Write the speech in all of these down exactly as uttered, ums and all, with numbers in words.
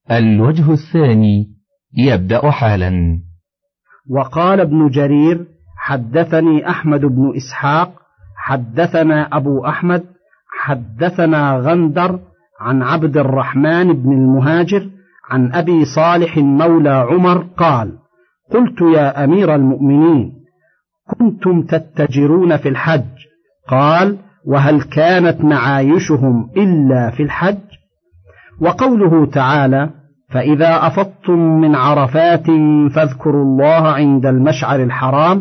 الوجه الثاني يبدأ حالا. وقال ابن جرير حدثني أحمد بن إسحاق حدثنا أبو أحمد حدثنا غندر عن عبد الرحمن بن المهاجر عن أبي صالح مولى عمر قال: قلت يا أمير المؤمنين، كنتم تتجرون في الحج؟ قال: وهل كانت معايشهم إلا في الحج؟ وقوله تعالى: فإذا أفضتم من عرفات فاذكروا الله عند المشعر الحرام،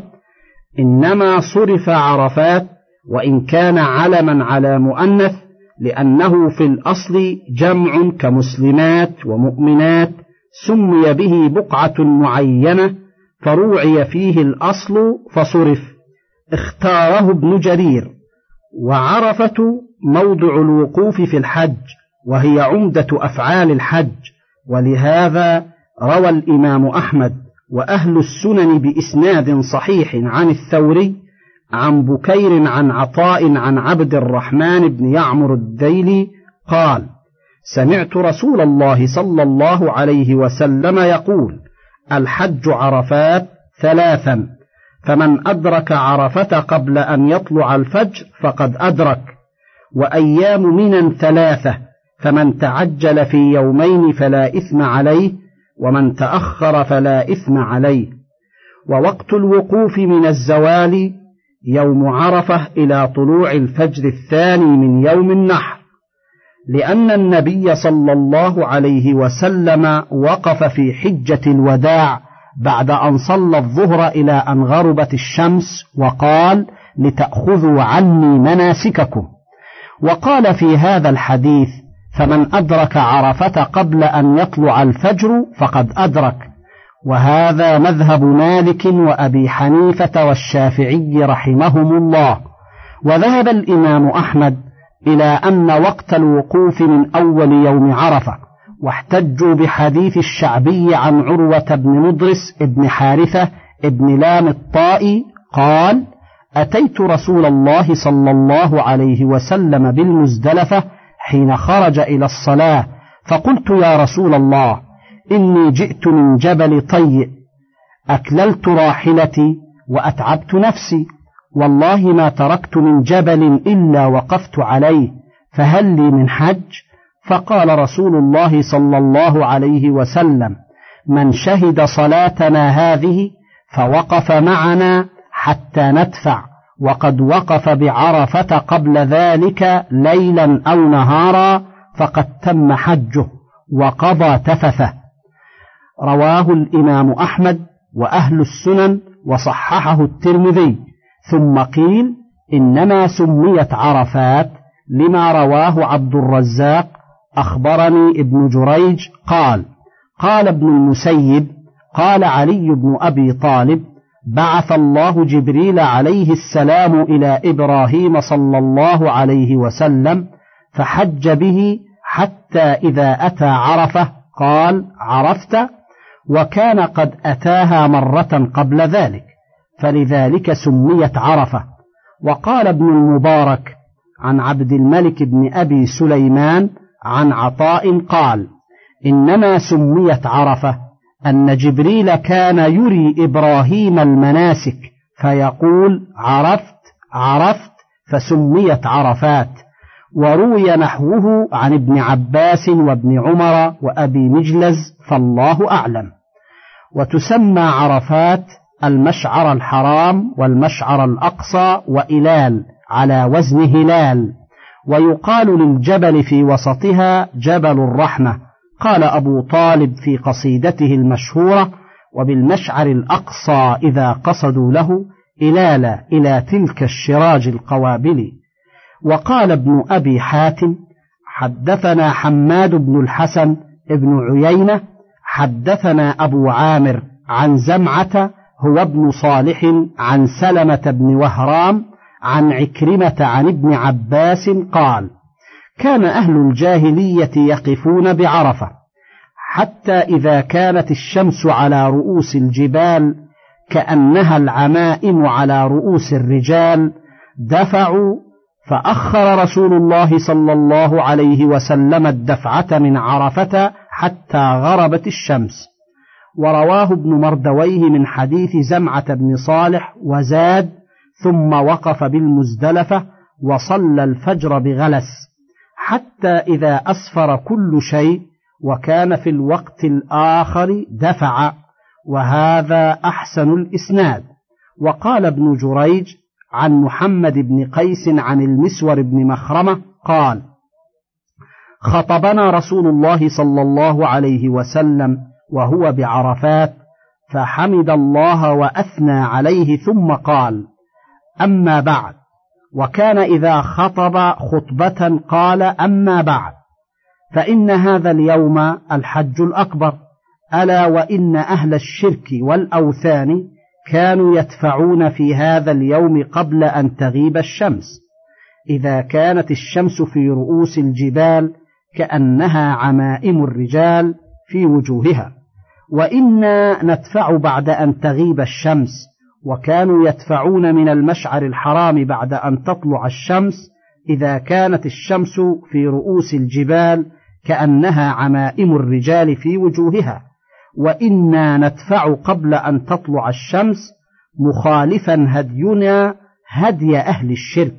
إنما صرف عرفات وإن كان علما على مؤنث، لأنه في الأصل جمع كمسلمات ومؤمنات، سمي به بقعة معينة فروعي فيه الأصل فصرف. اختاره ابن جرير. وعرفة موضع الوقوف في الحج، وهي عمدة أفعال الحج، ولهذا روى الإمام أحمد وأهل السنن بإسناد صحيح عن الثوري عن بكير عن عطاء عن عبد الرحمن بن يعمر الديلي قال: سمعت رسول الله صلى الله عليه وسلم يقول: الحج عرفات ثلاثا، فمن أدرك عرفة قبل أن يطلع الفجر فقد أدرك، وأيام منى ثلاثة، فمن تعجل في يومين فلا إثم عليه، ومن تأخر فلا إثم عليه. ووقت الوقوف من الزوال يوم عرفة إلى طلوع الفجر الثاني من يوم النحر، لأن النبي صلى الله عليه وسلم وقف في حجة الوداع بعد أن صلى الظهر إلى أن غربت الشمس وقال: لتأخذوا عني مناسككم. وقال في هذا الحديث: فمن أدرك عرفة قبل أن يطلع الفجر فقد أدرك. وهذا مذهب مالك وأبي حنيفة والشافعي رحمهم الله. وذهب الإمام أحمد إلى أن وقت الوقوف من أول يوم عرفة، واحتجوا بحديث الشعبي عن عروة بن مدرس ابن حارثة ابن لام الطائي قال: أتيت رسول الله صلى الله عليه وسلم بالمزدلفة حين خرج إلى الصلاة، فقلت: يا رسول الله، إني جئت من جبل طيء، أكللت راحلتي وأتعبت نفسي، والله ما تركت من جبل إلا وقفت عليه، فهل لي من حج؟ فقال رسول الله صلى الله عليه وسلم: من شهد صلاتنا هذه فوقف معنا حتى ندفع، وقد وقف بعرفة قبل ذلك ليلا أو نهارا فقد تم حجه وقضى تفثه. رواه الإمام أحمد وأهل السنن وصححه الترمذي. ثم قيل: إنما سميت عرفات لما رواه عبد الرزاق أخبرني ابن جريج قال: قال ابن المسيب: قال علي بن أبي طالب: بعث الله جبريل عليه السلام إلى إبراهيم صلى الله عليه وسلم فحج به حتى إذا أتى عرفة قال: عرفت؟ وكان قد أتاها مرة قبل ذلك، فلذلك سميت عرفة. وقال ابن المبارك عن عبد الملك بن أبي سليمان عن عطاء قال: إنما سميت عرفة أن جبريل كان يري إبراهيم المناسك فيقول: عرفت عرفت، فسميت عرفات. وروي نحوه عن ابن عباس وابن عمر وأبي مجلز، فالله أعلم. وتسمى عرفات المشعر الحرام والمشعر الأقصى وإلال على وزن هلال. ويقال للجبل في وسطها جبل الرحمة. قال أبو طالب في قصيدته المشهورة: وبالمشعر الأقصى إذا قصدوا له إلالا إلى تلك الشراج القوابل. وقال ابن أبي حاتم: حدثنا حماد بن الحسن ابن عيينة حدثنا أبو عامر عن زمعة هو ابن صالح عن سلمة بن وهرام عن عكرمة عن ابن عباس قال: كان أهل الجاهلية يقفون بعرفة حتى إذا كانت الشمس على رؤوس الجبال كأنها العمائم على رؤوس الرجال دفعوا، فأخر رسول الله صلى الله عليه وسلم الدفعة من عرفة حتى غربت الشمس. ورواه ابن مردويه من حديث زمعة بن صالح وزاد: ثم وقف بالمزدلفة وصلى الفجر بغلس حتى إذا أسفر كل شيء وكان في الوقت الآخر دفع. وهذا أحسن الإسناد. وقال ابن جريج عن محمد بن قيس عن المسور بن مخرمة قال: خطبنا رسول الله صلى الله عليه وسلم وهو بعرفات فحمد الله وأثنى عليه ثم قال: أما بعد. وكان إذا خطب خطبة قال: أما بعد، فإن هذا اليوم الحج الأكبر، ألا وإن أهل الشرك والأوثان كانوا يدفعون في هذا اليوم قبل أن تغيب الشمس، إذا كانت الشمس في رؤوس الجبال كأنها عمائم الرجال في وجوهها، وإنا ندفع بعد أن تغيب الشمس، وكانوا يدفعون من المشعر الحرام بعد أن تطلع الشمس، إذا كانت الشمس في رؤوس الجبال كأنها عمائم الرجال في وجوهها، وإنا ندفع قبل أن تطلع الشمس، مخالفا هدينا هدي أهل الشرك.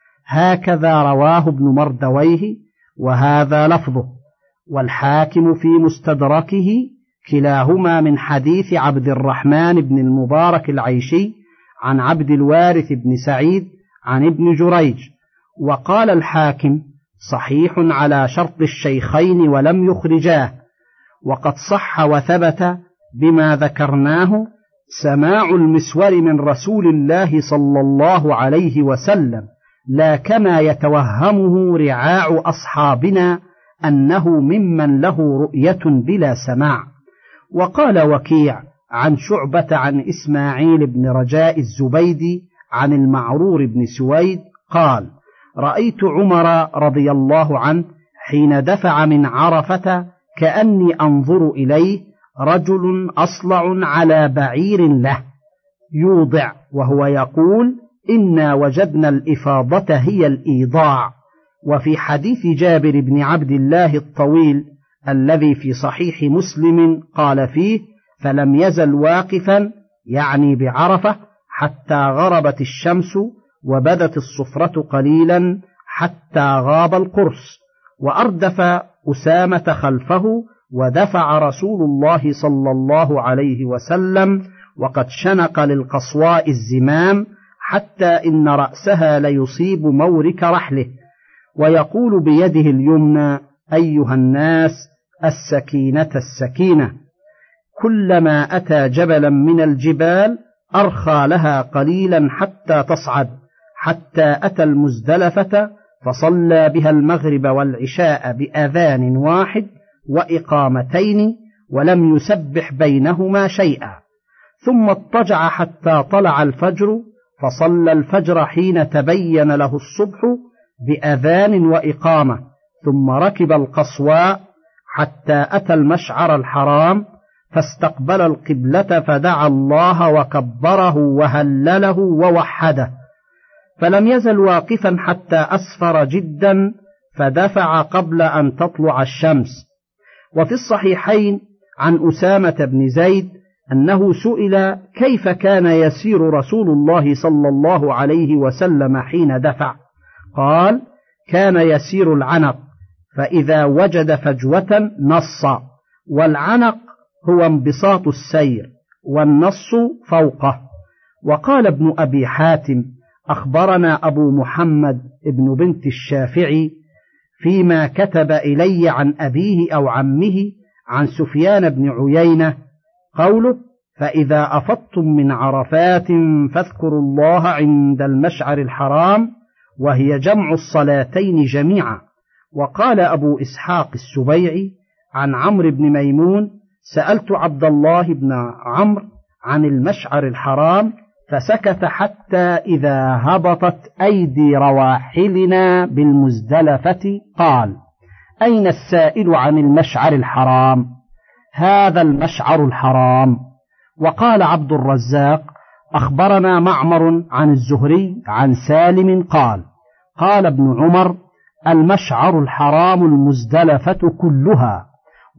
هكذا رواه ابن مردويه، وهذا لفظه. والحاكم في مستدركه كلاهما من حديث عبد الرحمن بن المبارك العيشي عن عبد الوارث بن سعيد عن ابن جريج. وقال الحاكم: صحيح على شرط الشيخين ولم يخرجاه. وقد صح وثبت بما ذكرناه سماع المسور من رسول الله صلى الله عليه وسلم، لا كما يتوهمه رعاع أصحابنا أنه ممن له رؤية بلا سماع. وقال وكيع عن شعبة عن إسماعيل بن رجاء الزبيدي عن المعرور بن سويد قال: رأيت عمر رضي الله عنه حين دفع من عرفة كأني أنظر إليه رجل أصلع على بعير له يوضع، وهو يقول: إنا وجدنا الإفاضة هي الإيضاع. وفي حديث جابر بن عبد الله الطويل الذي في صحيح مسلم قال فيه: فلم يزل واقفا، يعني بعرفة، حتى غربت الشمس وبدت الصفرة قليلا حتى غاب القرص. وأردف أسامة خلفه، ودفع رسول الله صلى الله عليه وسلم وقد شنق للقصواء الزمام حتى إن رأسها ليصيب مورك رحله، ويقول بيده اليمنى: أيها الناس، السكينة السكينة. كلما أتى جبلا من الجبال أرخى لها قليلا حتى تصعد، حتى أتى المزدلفة فصلى بها المغرب والعشاء بأذان واحد وإقامتين، ولم يسبح بينهما شيئا، ثم اضطجع حتى طلع الفجر، فصلى الفجر حين تبين له الصبح بأذان وإقامة، ثم ركب القصواء حتى أتى المشعر الحرام، فاستقبل القبلة فدعا الله وكبره وهلله ووحده، فلم يزل واقفا حتى أسفر جدا، فدفع قبل أن تطلع الشمس. وفي الصحيحين عن أسامة بن زيد أنه سئل كيف كان يسير رسول الله صلى الله عليه وسلم حين دفع، قال: كان يسير العنق، فإذا وجد فجوة نص، والعنق هو انبساط السير، والنص فوقه. وقال ابن أبي حاتم: أخبرنا أبو محمد ابن بنت الشافعي فيما كتب إلي عن أبيه أو عمه عن سفيان بن عيينة قوله: فإذا أفضتم من عرفات فاذكروا الله عند المشعر الحرام، وهي جمع الصلاتين جميعا. وقال أبو إسحاق السبيعي عن عمرو بن ميمون: سألت عبد الله بن عمرو عن المشعر الحرام فسكت حتى إذا هبطت أيدي رواحلنا بالمزدلفة قال: أين السائل عن المشعر الحرام؟ هذا المشعر الحرام. وقال عبد الرزاق: أخبرنا معمر عن الزهري عن سالم قال: قال ابن عمر: المشعر الحرام المزدلفة كلها،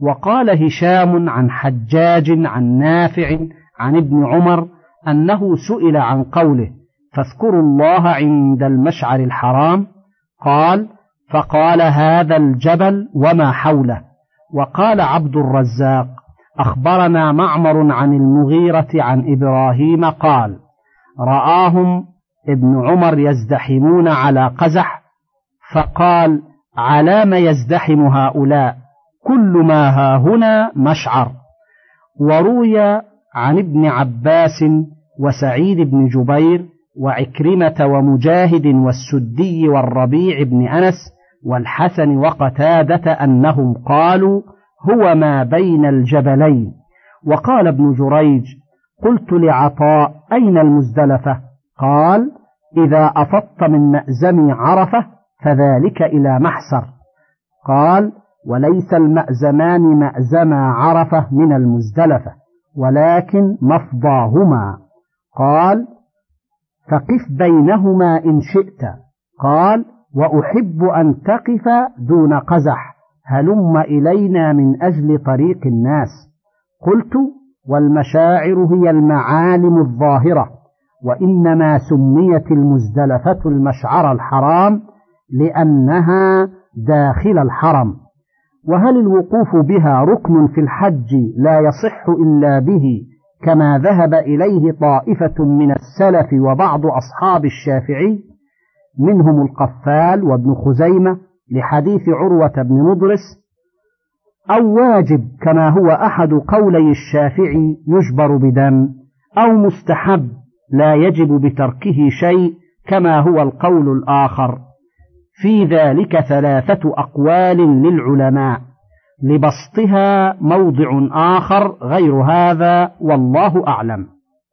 وقال هشام عن حجاج عن نافع عن ابن عمر أنه سئل عن قوله فاذكروا الله عند المشعر الحرام، قال فقال هذا الجبل وما حوله. وقال عبد الرزاق أخبرنا معمر عن المغيرة عن إبراهيم قال رآهم ابن عمر يزدحمون على قزح، فقال علام يزدحم هؤلاء، كل ما هاهنا مشعر. وروي عن ابن عباس وسعيد بن جبير وعكرمة ومجاهد والسدي والربيع بن أنس والحسن وقتادة أنهم قالوا هو ما بين الجبلين. وقال ابن جريج قلت لعطاء أين المزدلفة؟ قال إذا أفضت من مأزم عرفة فذلك إلى محسر. قال وليس المأزمان مأزما عرفة من المزدلفة ولكن مفضاهما. قال فقف بينهما إن شئت. قال وأحب أن تقف دون قزح، هلم إلينا من أجل طريق الناس. قلت والمشاعر هي المعالم الظاهرة، وإنما سميت المزدلفة المشعر الحرام لأنها داخل الحرم. وهل الوقوف بها ركن في الحج لا يصح إلا به كما ذهب إليه طائفة من السلف وبعض أصحاب الشافعي منهم القفال وابن خزيمة لحديث عروة بن مضرس، أو واجب كما هو أحد قولي الشافعي يجبر بدم، أو مستحب لا يجب بتركه شيء كما هو القول الآخر. في ذلك ثلاثة أقوال للعلماء لبسطها موضع آخر غير هذا والله أعلم.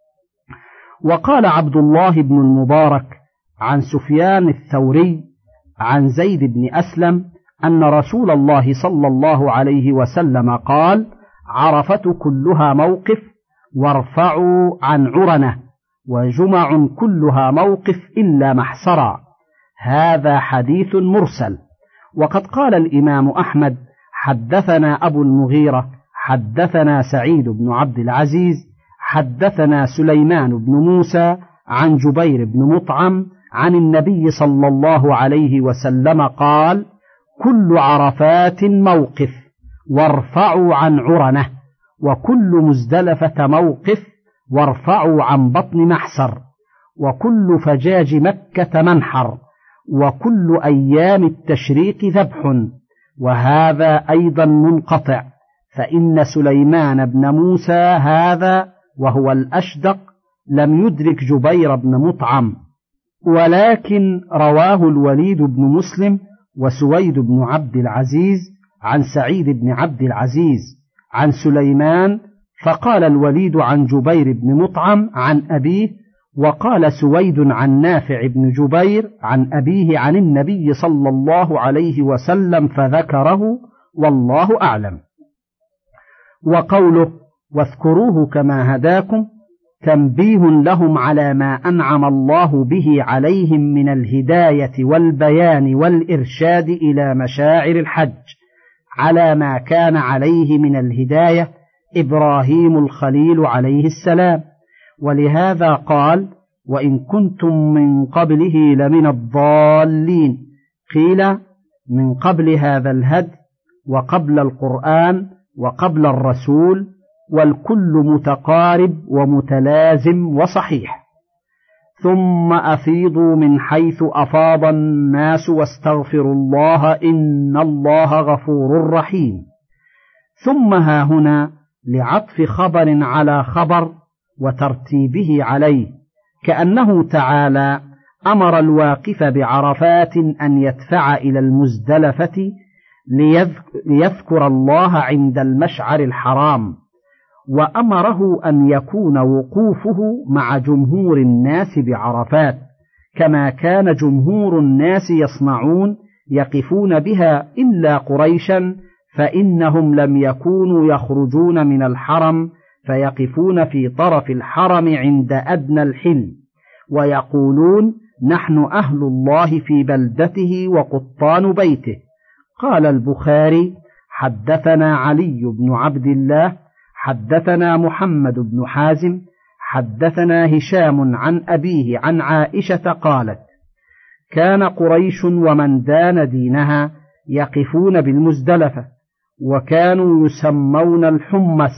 وقال عبد الله بن المبارك عن سفيان الثوري عن زيد بن أسلم أن رسول الله صلى الله عليه وسلم قال عرفة كلها موقف وارفعوا عن عرنة، وجمع كلها موقف إلا محسرا. هذا حديث مرسل. وقد قال الإمام أحمد حدثنا أبو المغيرة حدثنا سعيد بن عبد العزيز حدثنا سليمان بن موسى عن جبير بن مطعم عن النبي صلى الله عليه وسلم قال كل عرفات موقف وارفعوا عن عرنة، وكل مزدلفة موقف وارفعوا عن بطن محسر، وكل فجاج مكة منحر، وكل أيام التشريق ذبح. وهذا أيضا منقطع، فإن سليمان بن موسى هذا وهو الأشدق لم يدرك جبير بن مطعم، ولكن رواه الوليد بن مسلم وسويد بن عبد العزيز عن سعيد بن عبد العزيز عن سليمان، فقال الوليد عن جبير بن مطعم عن أبيه، وقال سويد عن نافع بن جبير عن أبيه عن النبي صلى الله عليه وسلم فذكره والله أعلم. وقوله واذكروه كما هداكم تنبيه لهم على ما أنعم الله به عليهم من الهداية والبيان والإرشاد إلى مشاعر الحج، على ما كان عليه من الهداية إبراهيم الخليل عليه السلام. ولهذا قال وإن كنتم من قبله لمن الضالين، قيل من قبل هذا الهدي وقبل القرآن وقبل الرسول، والكل متقارب ومتلازم وصحيح. ثم أفيضوا من حيث أفاض الناس واستغفروا الله إن الله غفور رحيم. ثم ها هنا لعطف خبر على خبر وترتيبه عليه، كأنه تعالى أمر الواقف بعرفات أن يدفع إلى المزدلفة ليذكر الله عند المشعر الحرام، وأمره أن يكون وقوفه مع جمهور الناس بعرفات كما كان جمهور الناس يصنعون يقفون بها إلا قريشا، فإنهم لم يكونوا يخرجون من الحرم فيقفون في طرف الحرم عند أدنى الحل ويقولون نحن أهل الله في بلدته وقطان بيته. قال البخاري حدثنا علي بن عبد الله حدثنا محمد بن حازم حدثنا هشام عن أبيه عن عائشة قالت: كان قريش ومن دان دينها يقفون بالمزدلفة، وكانوا يسمون الحمص،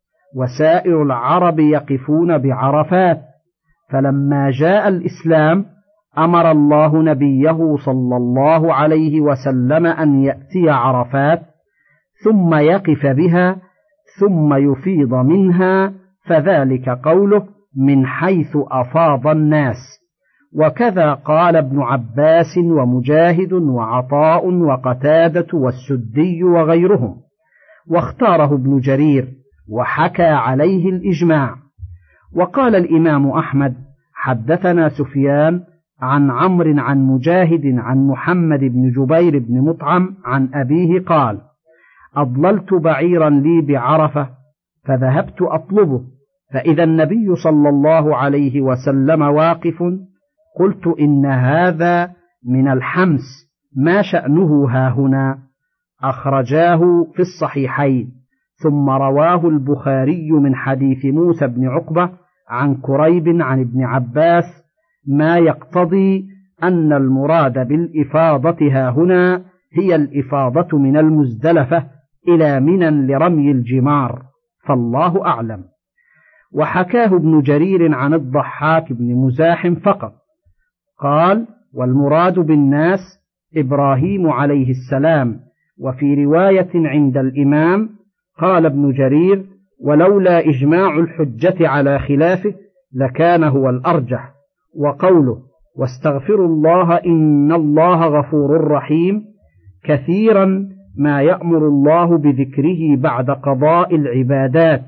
وسائر العرب يقفون بعرفات. فلما جاء الإسلام أمر الله نبيه صلى الله عليه وسلم أن يأتي عرفات ثم يقف بها ثم يفيض منها، فذلك قوله: من حيث أفاض الناس. وكذا قال ابن عباس ومجاهد وعطاء وقتادة والسدي وغيرهم، واختاره ابن جرير وحكى عليه الإجماع. وقال الإمام أحمد: حدثنا سفيان عن عمرو عن مجاهد عن محمد بن جبير بن مطعم عن أبيه قال: أضللت بعيرا لي بعرفة فذهبت أطلبه، فإذا النبي صلى الله عليه وسلم واقف، قلت: إن هذا من الحمس، ما شأنه هاهنا؟ أخرجاه في الصحيحين. ثم رواه البخاري من حديث موسى بن عقبة عن كريب عن ابن عباس ما يقتضي أن المراد بالإفاضة هاهنا هي الإفاضة من المزدلفة إلى منى لرمي الجمار، فالله أعلم. وحكاه ابن جرير عن الضحاك بن مزاحم فقط، قال: والمراد بالناس إبراهيم عليه السلام. وفي رواية عند الإمام قال ابن جرير: ولولا إجماع الحجة على خلافه لكان هو الأرجح. وقوله: واستغفروا الله إن الله غفور رحيم، كثيرا ما يأمر الله بذكره بعد قضاء العبادات.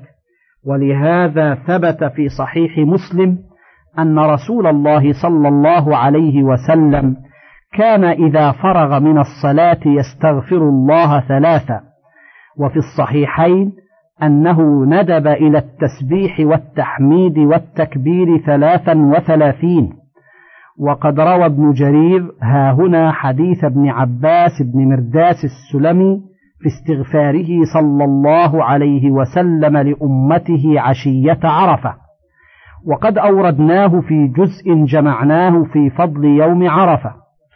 ولهذا ثبت في صحيح مسلم أن رسول الله صلى الله عليه وسلم كان إذا فرغ من الصلاة يستغفر الله ثلاثا. وفي الصحيحين أنه ندب إلى التسبيح والتحميد والتكبير ثلاثا وثلاثين. وقد روى ابن جرير هاهنا حديث ابن عباس بن مرداس السلمي في استغفاره صلى الله عليه وسلم لأمته عشية عرفة، وقد أوردناه في جزء جمعناه في فضل يوم عرفة.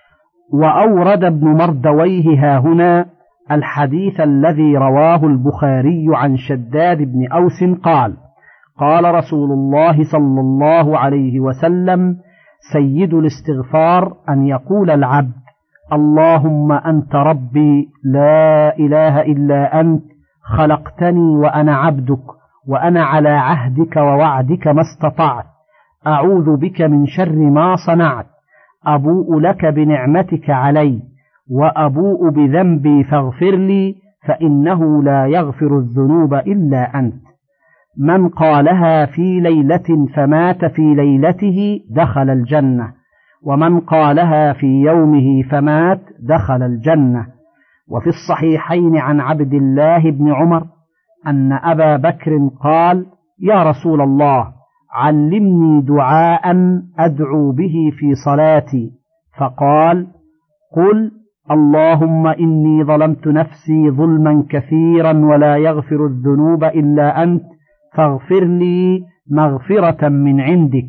وأورد ابن مردويه هاهنا الحديث الذي رواه البخاري عن شداد بن أوس قال: قال رسول الله صلى الله عليه وسلم: سيد الاستغفار أن يقول العبد: اللهم أنت ربي لا إله إلا أنت، خلقتني وأنا عبدك، وأنا على عهدك ووعدك ما استطعت، أعوذ بك من شر ما صنعت، أبوء لك بنعمتك علي وأبوء بذنبي فاغفر لي، فإنه لا يغفر الذنوب إلا أنت. من قالها في ليلة فمات في ليلته دخل الجنة، ومن قالها في يومه فمات دخل الجنة. وفي الصحيحين عن عبد الله بن عمر أن أبا بكر قال: يا رسول الله، علمني دعاء أدعو به في صلاتي. فقال: قل: اللهم إني ظلمت نفسي ظلما كثيرا ولا يغفر الذنوب إلا أنت، فاغفر لي مغفرة من عندك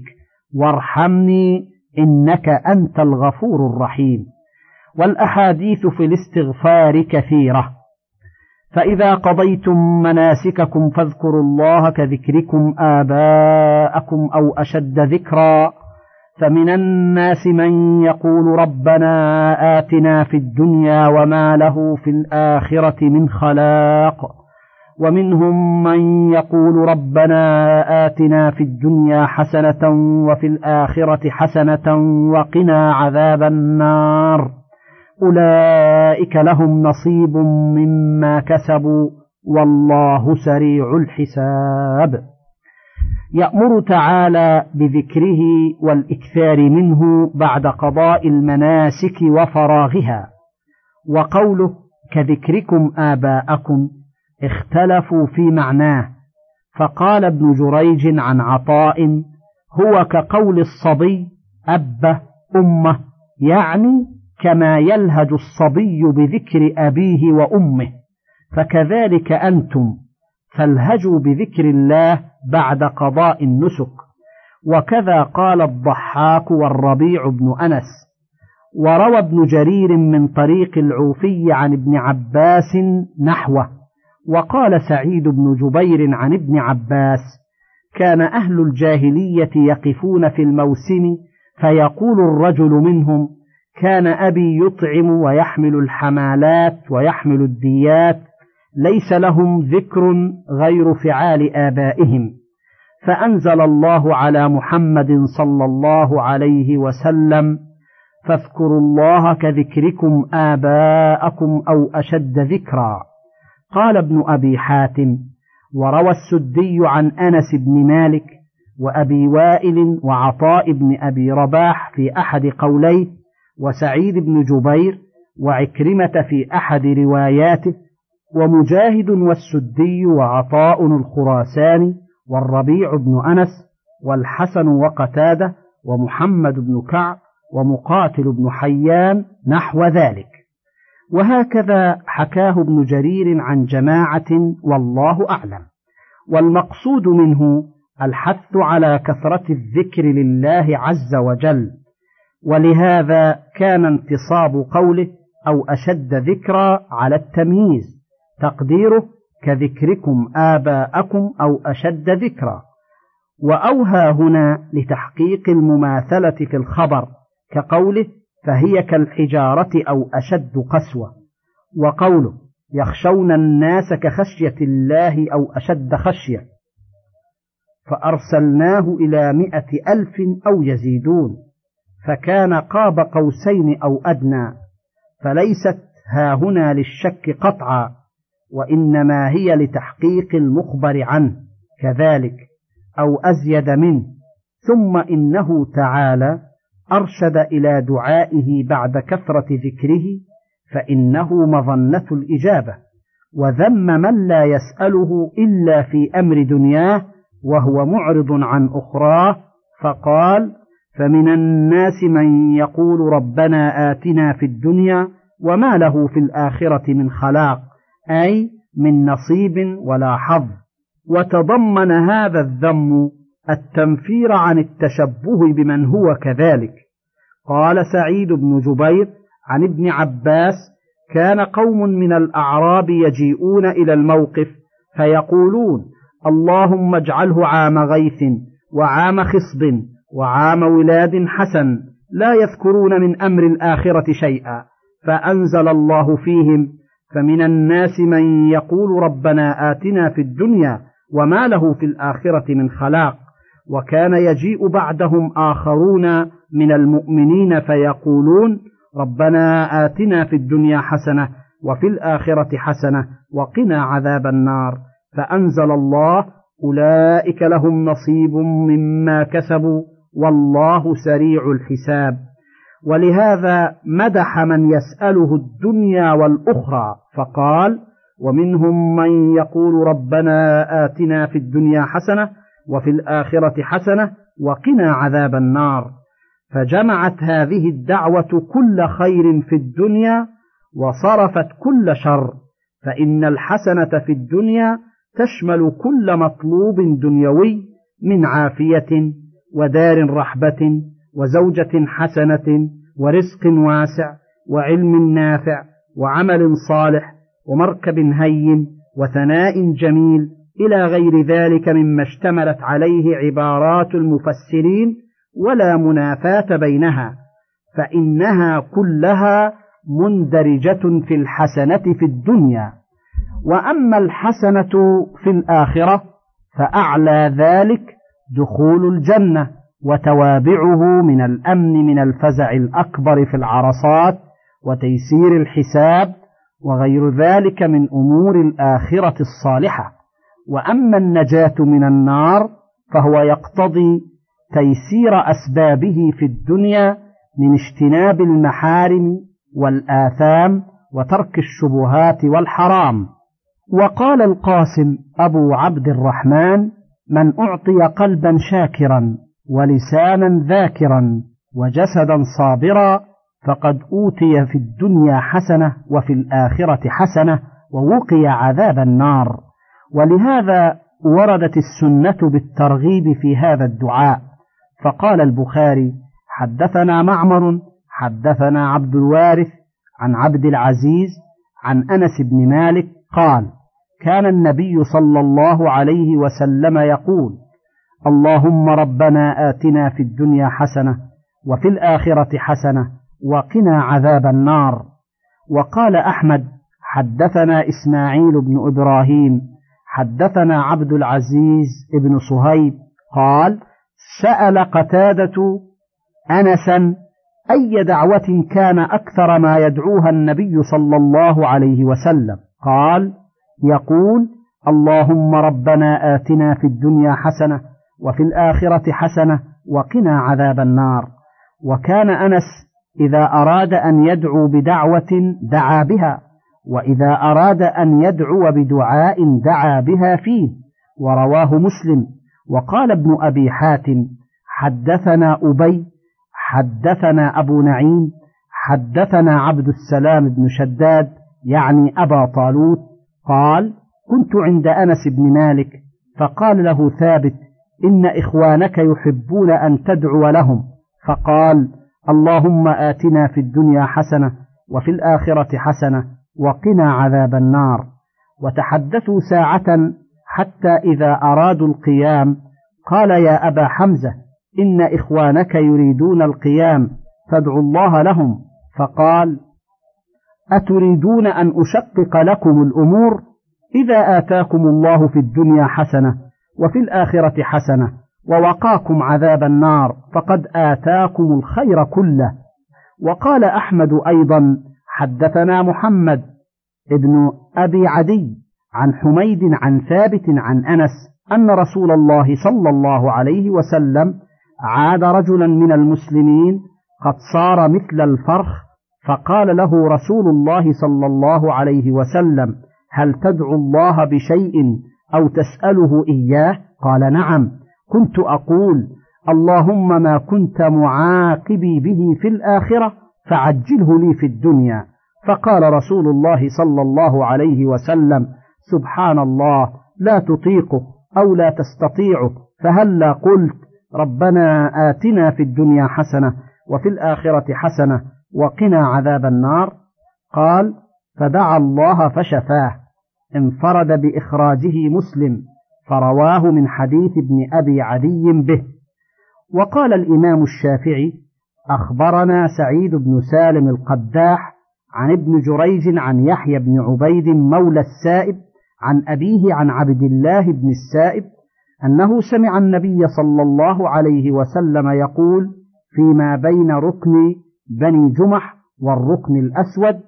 وارحمني إنك أنت الغفور الرحيم. والأحاديث في الاستغفار كثيرة. فإذا قضيتم مناسككم فاذكروا الله كذكركم آباءكم أو أشد ذكرا. فمن الناس من يقول ربنا آتنا في الدنيا وما له في الآخرة من خلاق، ومنهم من يقول ربنا آتنا في الدنيا حسنة وفي الآخرة حسنة وقنا عذاب النار. أولئك لهم نصيب مما كسبوا والله سريع الحساب. يأمر تعالى بذكره والإكثار منه بعد قضاء المناسك وفراغها. وقوله كذكركم آباءكم اختلفوا في معناه، فقال ابن جريج عن عطاء: هو كقول الصبي أبه أمه، يعني كما يلهج الصبي بذكر أبيه وأمه، فكذلك أنتم فالهجوا بذكر الله بعد قضاء النسك. وكذا قال الضحاك والربيع بن أنس. وروى ابن جرير من طريق العوفي عن ابن عباس نحوه. وقال سعيد بن جبير عن ابن عباس: كان أهل الجاهلية يقفون في الموسم فيقول الرجل منهم: كان أبي يطعم ويحمل الحمالات ويحمل الديات، ليس لهم ذكر غير فعال آبائهم. فأنزل الله على محمد صلى الله عليه وسلم: فاذكروا الله كذكركم آباءكم أو أشد ذكرا. قال ابن أبي حاتم: وروى السدي عن أنس بن مالك وأبي وائل وعطاء بن أبي رباح في أحد قوليه، وسعيد بن جبير وعكرمة في أحد رواياته، ومجاهد والسدي وعطاء الخراساني والربيع بن أنس والحسن وقتادة ومحمد بن كعب ومقاتل بن حيان نحو ذلك. وهكذا حكاه ابن جرير عن جماعة والله أعلم. والمقصود منه الحث على كثرة الذكر لله عز وجل، ولهذا كان انتصاب قوله أو أشد ذكرا على التمييز، تقديره كذكركم آباءكم أو أشد ذكرا. وأوهى هنا لتحقيق المماثلة في الخبر كقوله: فهي كالحجارة أو أشد قسوة. وقوله: يخشون الناس كخشية الله أو أشد خشية. فأرسلناه إلى مئة ألف أو يزيدون، فكان قاب قوسين أو أدنى، فليست هاهنا للشك قطعا، وإنما هي لتحقيق المخبر عنه كذلك أو أزيد منه. ثم إنه تعالى أرشد إلى دعائه بعد كثرة ذكره، فإنه مظنة الإجابة، وذم من لا يسأله إلا في أمر دنياه وهو معرض عن أخراه، فقال: فمن الناس من يقول ربنا آتنا في الدنيا وما له في الآخرة من خلاق، أي من نصيب ولا حظ. وتضمن هذا الذم التنفير عن التشبه بمن هو كذلك. قال سعيد بن جبير عن ابن عباس: كان قوم من الأعراب يجيئون إلى الموقف فيقولون: اللهم اجعله عام غيث وعام خصب وعام ولاد حسن، لا يذكرون من أمر الآخرة شيئا. فأنزل الله فيهم: فمن الناس من يقول ربنا آتنا في الدنيا وما له في الآخرة من خلاق. وكان يجيء بعدهم آخرون من المؤمنين فيقولون: ربنا آتنا في الدنيا حسنة وفي الآخرة حسنة وقنا عذاب النار. فأنزل الله: أولئك لهم نصيب مما كسبوا والله سريع الحساب. ولهذا مدح من يسأله الدنيا والأخرى فقال: ومنهم من يقول ربنا آتنا في الدنيا حسنة وفي الآخرة حسنة وقنا عذاب النار. فجمعت هذه الدعوة كل خير في الدنيا وصرفت كل شر، فإن الحسنة في الدنيا تشمل كل مطلوب دنيوي من عافية ودار رحبة وزوجة حسنة ورزق واسع وعلم نافع وعمل صالح ومركب هين وثناء جميل إلى غير ذلك مما اشتملت عليه عبارات المفسرين، ولا منافاة بينها، فإنها كلها مندرجة في الحسنة في الدنيا. وأما الحسنة في الآخرة فأعلى ذلك دخول الجنة وتوابعه من الأمن من الفزع الأكبر في العرصات وتيسير الحساب وغير ذلك من أمور الآخرة الصالحة. وأما النجاة من النار فهو يقتضي تيسير أسبابه في الدنيا من اجتناب المحارم والآثام وترك الشبهات والحرام. وقال القاسم أبو عبد الرحمن: من أعطي قلبا شاكرا ولسانا ذاكرا وجسدا صابرا فقد أوتي في الدنيا حسنة وفي الآخرة حسنة ووقي عذاب النار. ولهذا وردت السنة بالترغيب في هذا الدعاء. فقال البخاري: حدثنا معمر حدثنا عبد الوارث عن عبد العزيز عن أنس بن مالك قال: كان النبي صلى الله عليه وسلم يقول: اللهم ربنا آتنا في الدنيا حسنة وفي الآخرة حسنة وقنا عذاب النار. وقال أحمد: حدثنا إسماعيل بن إبراهيم حدثنا عبد العزيز بن صهيب قال: سأل قتادة أنسا أي دعوة كان أكثر ما يدعوها النبي صلى الله عليه وسلم؟ قال: يقول: اللهم ربنا آتنا في الدنيا حسنة وفي الآخرة حسنة وقنا عذاب النار. وكان أنس إذا أراد أن يدعو بدعوة دعا بها، وإذا أراد أن يدعو بدعاء دعا بها فيه، ورواه مسلم. وقال ابن أبي حاتم: حدثنا أبي حدثنا أبو نعيم حدثنا عبد السلام بن شداد يعني أبا طالوت قال: كنت عند أنس بن مالك فقال له ثابت: إن إخوانك يحبون أن تدعو لهم، فقال: اللهم آتنا في الدنيا حسنة وفي الآخرة حسنة وقنا عذاب النار. وتحدثوا ساعة حتى إذا أرادوا القيام قال: يا أبا حمزة، إن إخوانك يريدون القيام فادعوا الله لهم. فقال: أتريدون أن أشقق لكم الأمور؟ إذا آتاكم الله في الدنيا حسنة وفي الآخرة حسنة ووقاكم عذاب النار فقد آتاكم الخير كله. وقال أحمد أيضا: حدثنا محمد ابن أبي عدي عن حميد عن ثابت عن أنس أن رسول الله صلى الله عليه وسلم عاد رجلا من المسلمين قد صار مثل الفرخ، فقال له رسول الله صلى الله عليه وسلم: هل تدعو الله بشيء أو تسأله إياه؟ قال: نعم، كنت أقول: اللهم ما كنت معاقبي به في الآخرة فعجله لي في الدنيا. فقال رسول الله صلى الله عليه وسلم: سبحان الله، لا تطيقه أو لا تستطيعه، فهلا قلت: ربنا آتنا في الدنيا حسنة وفي الآخرة حسنة وقنا عذاب النار؟ قال: فدعا الله فشفاه. انفرد بإخراجه مسلم، فرواه من حديث ابن أبي عدي به. وقال الإمام الشافعي: أخبرنا سعيد بن سالم القداح عن ابن جريج عن يحيى بن عبيد مولى السائب عن أبيه عن عبد الله بن السائب أنه سمع النبي صلى الله عليه وسلم يقول فيما بين ركن بني جمح والركن الأسود: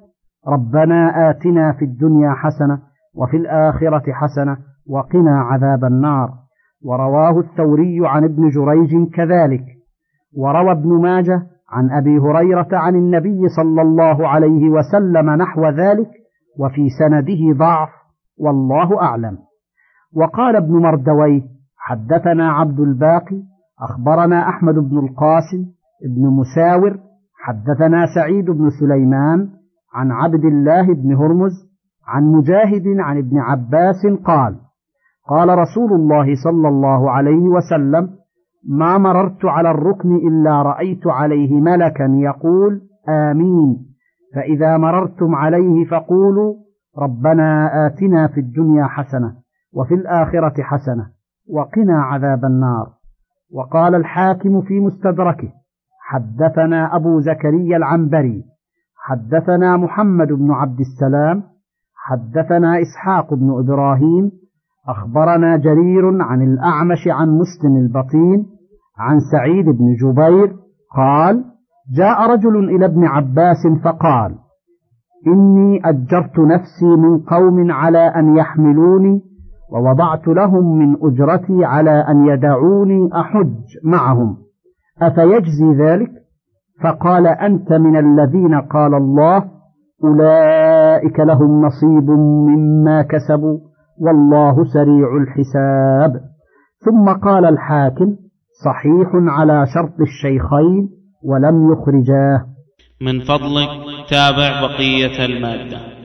ربنا آتنا في الدنيا حسنة وفي الآخرة حسنة وقنا عذاب النار. ورواه الثوري عن ابن جريج كذلك. وروى ابن ماجه عن أبي هريرة عن النبي صلى الله عليه وسلم نحو ذلك، وفي سنده ضعف، والله أعلم. وقال ابن مردويه: حدثنا عبد الباقي أخبرنا أحمد بن القاسم ابن مساور حدثنا سعيد بن سليمان عن عبد الله بن هرمز عن مجاهد عن ابن عباس قال: قال رسول الله صلى الله عليه وسلم: ما مررت على الركن إلا رأيت عليه ملكا يقول آمين، فإذا مررتم عليه فقولوا: ربنا آتنا في الدنيا حسنة وفي الآخرة حسنة وقنا عذاب النار. وقال الحاكم في مستدركه: حدثنا أبو زكريا العنبري حدثنا محمد بن عبد السلام حدثنا إسحاق بن إبراهيم أخبرنا جرير عن الأعمش عن مسلم البطين عن سعيد بن جبير قال: جاء رجل إلى ابن عباس فقال: إني أجرت نفسي من قوم على أن يحملوني، ووضعت لهم من أجرتي على أن يدعوني أحج معهم، أفيجزي ذلك؟ فقال: أنت من الذين قال الله: أولئك لهم نصيب مما كسبوا والله سريع الحساب. ثم قال الحاكم: صحيح على شرط الشيخين ولم يخرجاه. من فضلك تابع بقية المادة.